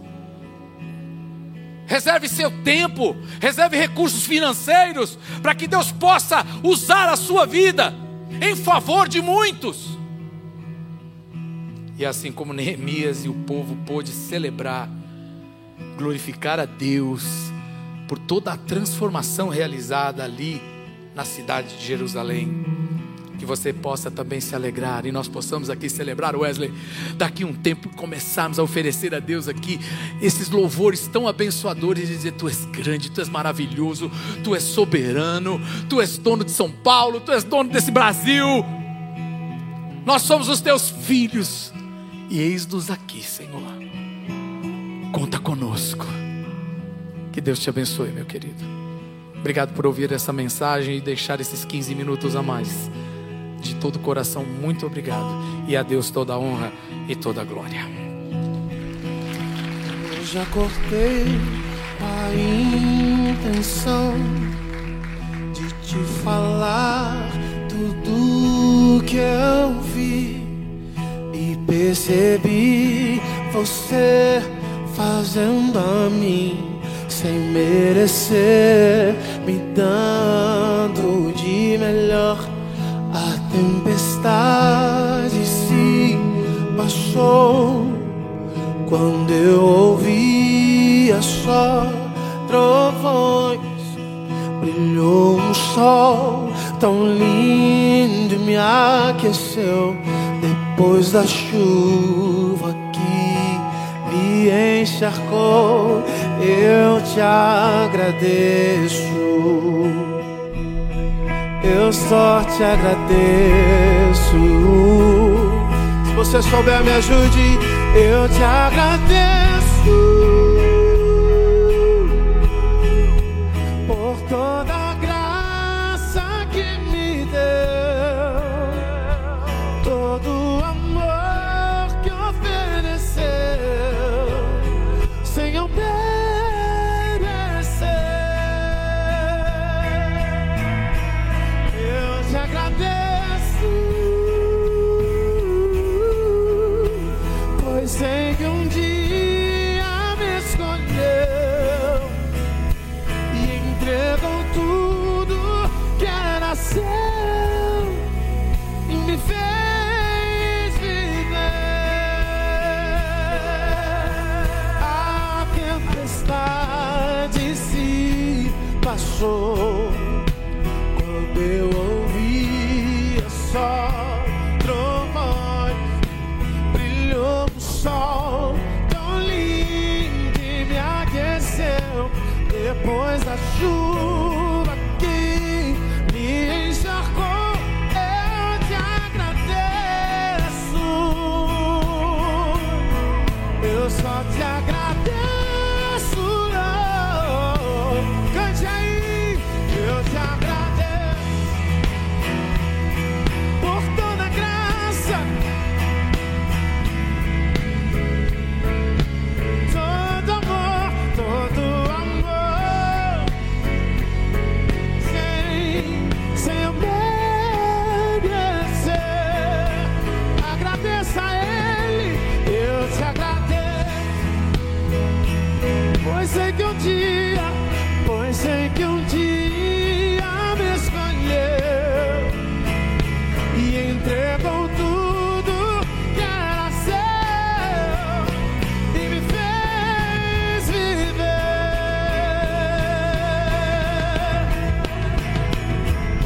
Reserve seu tempo, reserve recursos financeiros, para que Deus possa usar a sua vida em favor de muitos. E assim como Neemias e o povo pôde celebrar, glorificar a Deus por toda a transformação realizada ali na cidade de Jerusalém, que você possa também se alegrar e nós possamos aqui celebrar, Wesley, daqui um tempo começarmos a oferecer a Deus aqui esses louvores tão abençoadores e dizer: Tu és grande, Tu és maravilhoso, Tu és soberano, Tu és dono de São Paulo, Tu és dono desse Brasil, nós somos os Teus filhos e eis-nos aqui, Senhor, conta conosco. Que Deus te abençoe, meu querido. Obrigado por ouvir essa mensagem e deixar esses 15 minutos a mais. De todo o coração, muito obrigado. E a Deus toda a honra e toda a glória. Eu já cortei a intenção de te falar tudo que eu vi e percebi você fazendo a mim sem merecer, me dando de melhor. A tempestade se passou quando eu ouvia só trovões. Brilhou um sol tão lindo e me aqueceu. Depois da chuva que me encharcou, eu te agradeço. Eu só te agradeço. Se você souber, me ajude. Eu te agradeço por toda a graça que me deu, todo o amor que ofereceu sem eu merecer. Eu te agradeço, pois sei que um dia me escolheu e entregou tudo que era seu e me fez viver. A tempestade se passou quando eu ouvia só trovões. Brilhou um sol tão lindo e me aqueceu. Depois da chuva que me encharcou, eu te agradeço. Eu só te agradeço. Cante aí. Eu te agradeço por toda a graça, todo amor, todo amor, sem eu merecer. Agradeça a Ele, eu te agradeço, pois sei que um dia me escolheu e entregou tudo que era seu e me fez viver. Oh,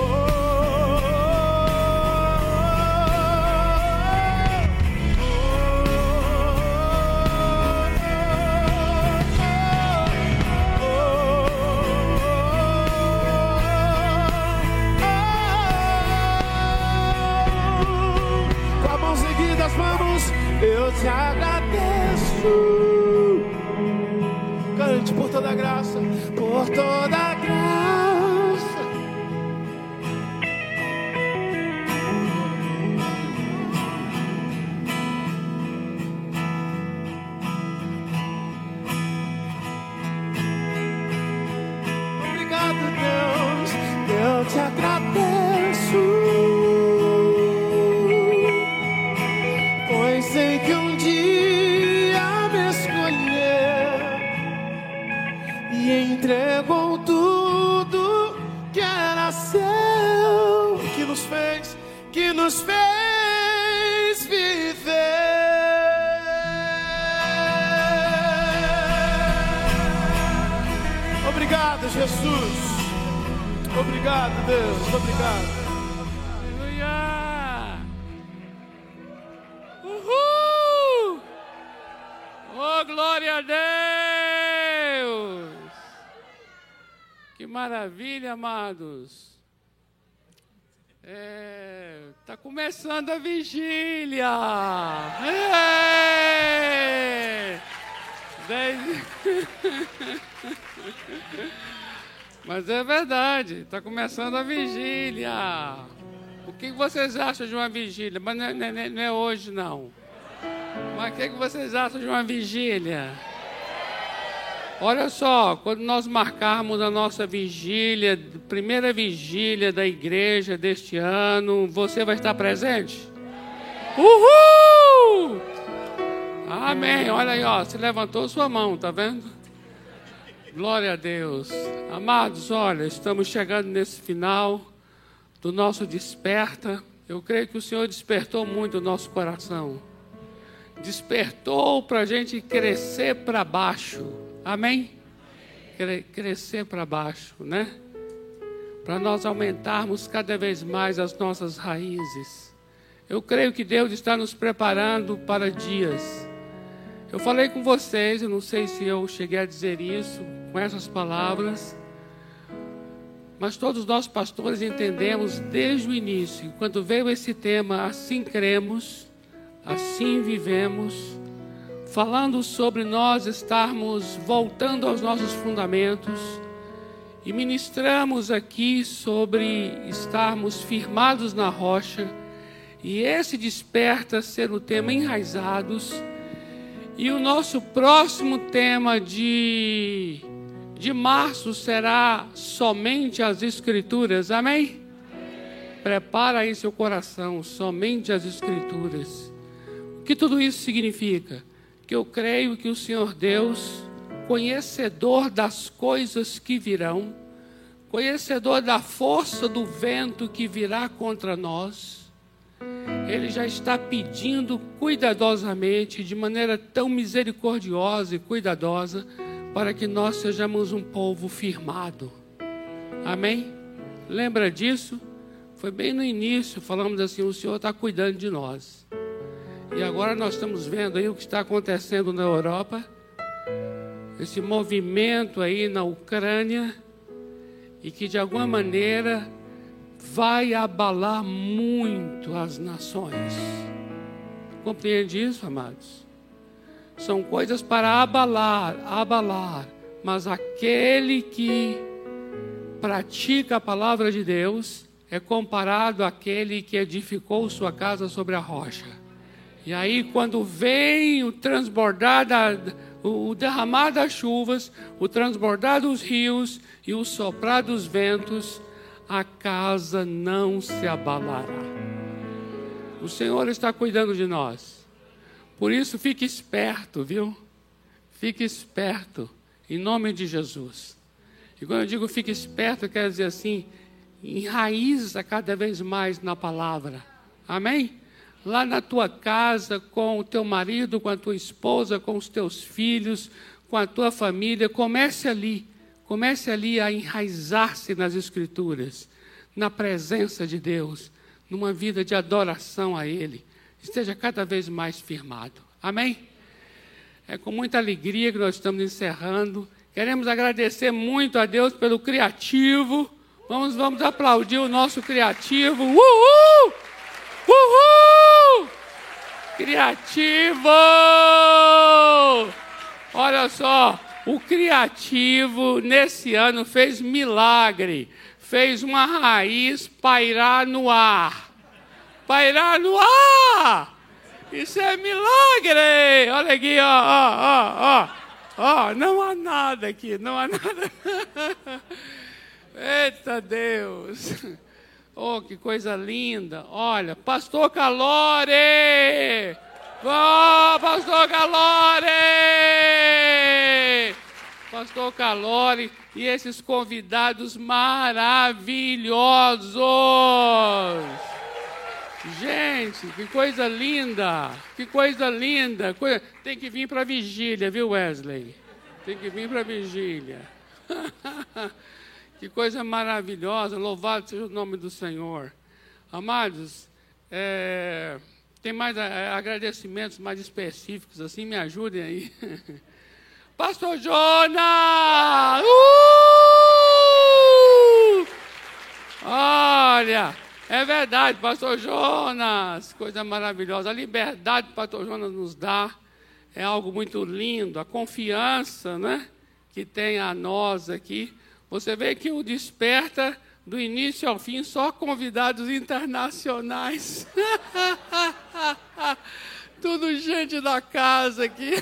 com a mão seguida, as mãos, eu te agradeço. Cante por toda a graça, por toda a graça. Obrigado, Deus, eu te agradeço, pois sei que um dia me escolheu e entregou tudo que era seu, que nos fez viver. Obrigado, Jesus. Obrigado, Deus. Obrigado. Aleluia. Uhul. Oh, glória a Deus. Que maravilha, amados. Tá começando a vigília. Mas é verdade, está começando a vigília. O que vocês acham de uma vigília? Mas não é hoje, não. Mas o que vocês acham de uma vigília? Olha só, quando nós marcarmos a nossa vigília, primeira vigília da igreja deste ano, você vai estar presente? Uhul! Amém. Olha aí, ó, você levantou sua mão, tá vendo? Glória a Deus. Amados, olha, estamos chegando nesse final do nosso desperta. Eu creio que o Senhor despertou muito o nosso coração. Despertou para a gente crescer para baixo. Amém? Crescer para baixo, né? Para nós aumentarmos cada vez mais as nossas raízes. Eu creio que Deus está nos preparando para dias. Eu falei com vocês, eu não sei se eu cheguei a dizer isso com essas palavras, mas todos nós pastores entendemos desde o início, quando veio esse tema, assim cremos, assim vivemos, falando sobre nós estarmos voltando aos nossos fundamentos, e ministramos aqui sobre estarmos firmados na rocha, e esse desperta ser o tema enraizados. E o nosso próximo tema de março será somente as Escrituras. Amém? Prepara aí seu coração, somente as Escrituras. O que tudo isso significa? Que eu creio que o Senhor Deus, conhecedor das coisas que virão, conhecedor da força do vento que virá contra nós, Ele já está pedindo cuidadosamente, de maneira tão misericordiosa e cuidadosa, para que nós sejamos um povo firmado. Amém? Lembra disso? Foi bem no início, falamos assim, o Senhor está cuidando de nós. E agora nós estamos vendo aí o que está acontecendo na Europa, esse movimento aí na Ucrânia, e que de alguma maneira vai abalar muito as nações. Compreende isso, amados? São coisas para abalar, mas aquele que pratica a palavra de Deus é comparado àquele que edificou sua casa sobre a rocha. E aí, quando vem o transbordar, o derramar das chuvas, o transbordar dos rios e o soprar dos ventos, a casa não se abalará. O Senhor está cuidando de nós. Por isso, fique esperto, viu? Fique esperto, em nome de Jesus. E quando eu digo fique esperto, quer dizer assim, enraiza cada vez mais na palavra. Amém? Lá na tua casa, com o teu marido, com a tua esposa, com os teus filhos, com a tua família, comece ali a enraizar-se nas Escrituras, na presença de Deus, numa vida de adoração a Ele. Esteja cada vez mais firmado. Amém? É com muita alegria que nós estamos encerrando. Queremos agradecer muito a Deus pelo criativo. Vamos aplaudir o nosso criativo. Uhul! Uhul! Criativo! Olha só, o criativo nesse ano fez milagre. Fez uma raiz pairar no ar. Pairar no ar! Isso é milagre! Olha aqui, ó, não há nada aqui, não há nada. Eita Deus! Oh, que coisa linda! Olha, Pastor Calore! Oh, Pastor Calore! Pastor Calore e esses convidados maravilhosos! Gente, que coisa linda! Que coisa linda! Tem que vir para a vigília, viu, Wesley? Tem que vir para a vigília. Que coisa maravilhosa! Louvado seja o nome do Senhor. Amados, tem mais agradecimentos mais específicos, assim, me ajudem aí. Pastor Jonas! Olha, é verdade, Pastor Jonas, coisa maravilhosa. A liberdade que o Pastor Jonas nos dá é algo muito lindo. A confiança, né, que tem a nós aqui. Você vê que o Desperta, do início ao fim, só convidados internacionais. Tudo gente da casa aqui.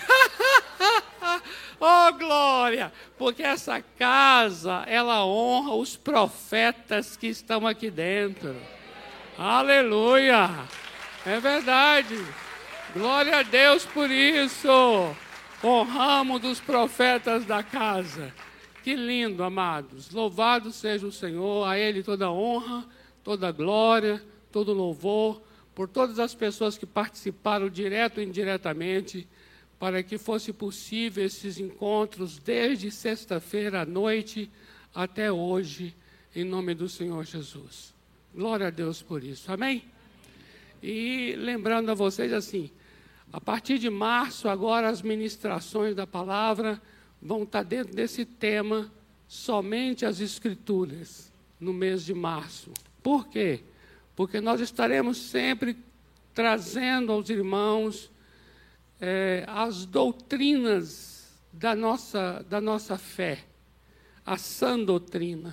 Oh, glória! Porque essa casa, ela honra os profetas que estão aqui dentro. Aleluia! É verdade. Glória a Deus por isso. Honramos os profetas da casa. Que lindo, amados. Louvado seja o Senhor. A Ele toda honra, toda glória, todo louvor, por todas as pessoas que participaram direto ou indiretamente, para que fosse possível esses encontros desde sexta-feira à noite até hoje, em nome do Senhor Jesus. Glória a Deus por isso, amém? E lembrando a vocês assim, a partir de março, agora as ministrações da palavra vão estar dentro desse tema, somente as Escrituras, no mês de março. Por quê? Porque nós estaremos sempre trazendo aos irmãos as doutrinas da nossa fé, a sã doutrina,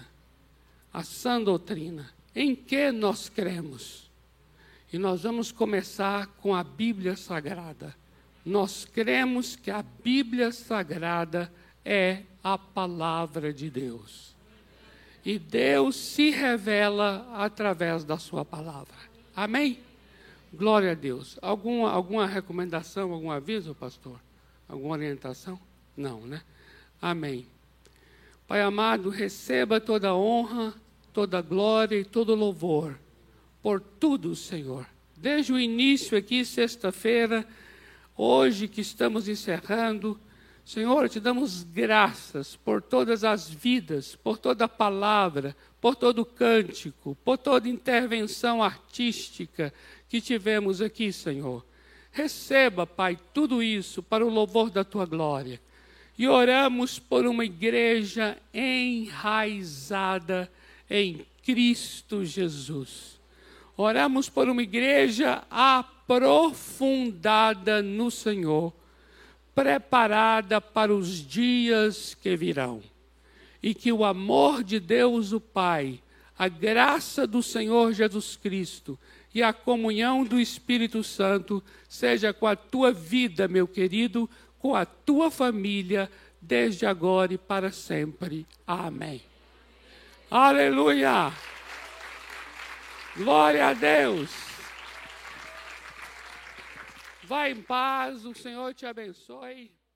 em que nós cremos. E nós vamos começar com a Bíblia Sagrada. Nós cremos que a Bíblia Sagrada é a palavra de Deus. E Deus se revela através da sua palavra. Amém? Glória a Deus. Alguma recomendação, algum aviso, pastor? Alguma orientação? Não, né? Amém. Pai amado, receba toda a honra, toda a glória e todo o louvor por tudo, Senhor. Desde o início aqui, sexta-feira, hoje que estamos encerrando, Senhor, te damos graças por todas as vidas, por toda a palavra, por todo o cântico, por toda intervenção artística que tivemos aqui, Senhor. Receba, Pai, tudo isso para o louvor da Tua glória. E oramos por uma igreja enraizada em Cristo Jesus. Oramos por uma igreja aprofundada no Senhor, preparada para os dias que virão. E que o amor de Deus, o Pai, a graça do Senhor Jesus Cristo e a comunhão do Espírito Santo seja com a tua vida, meu querido, com a tua família, desde agora e para sempre. Amém. Aleluia! Glória a Deus! Vá em paz, o Senhor te abençoe.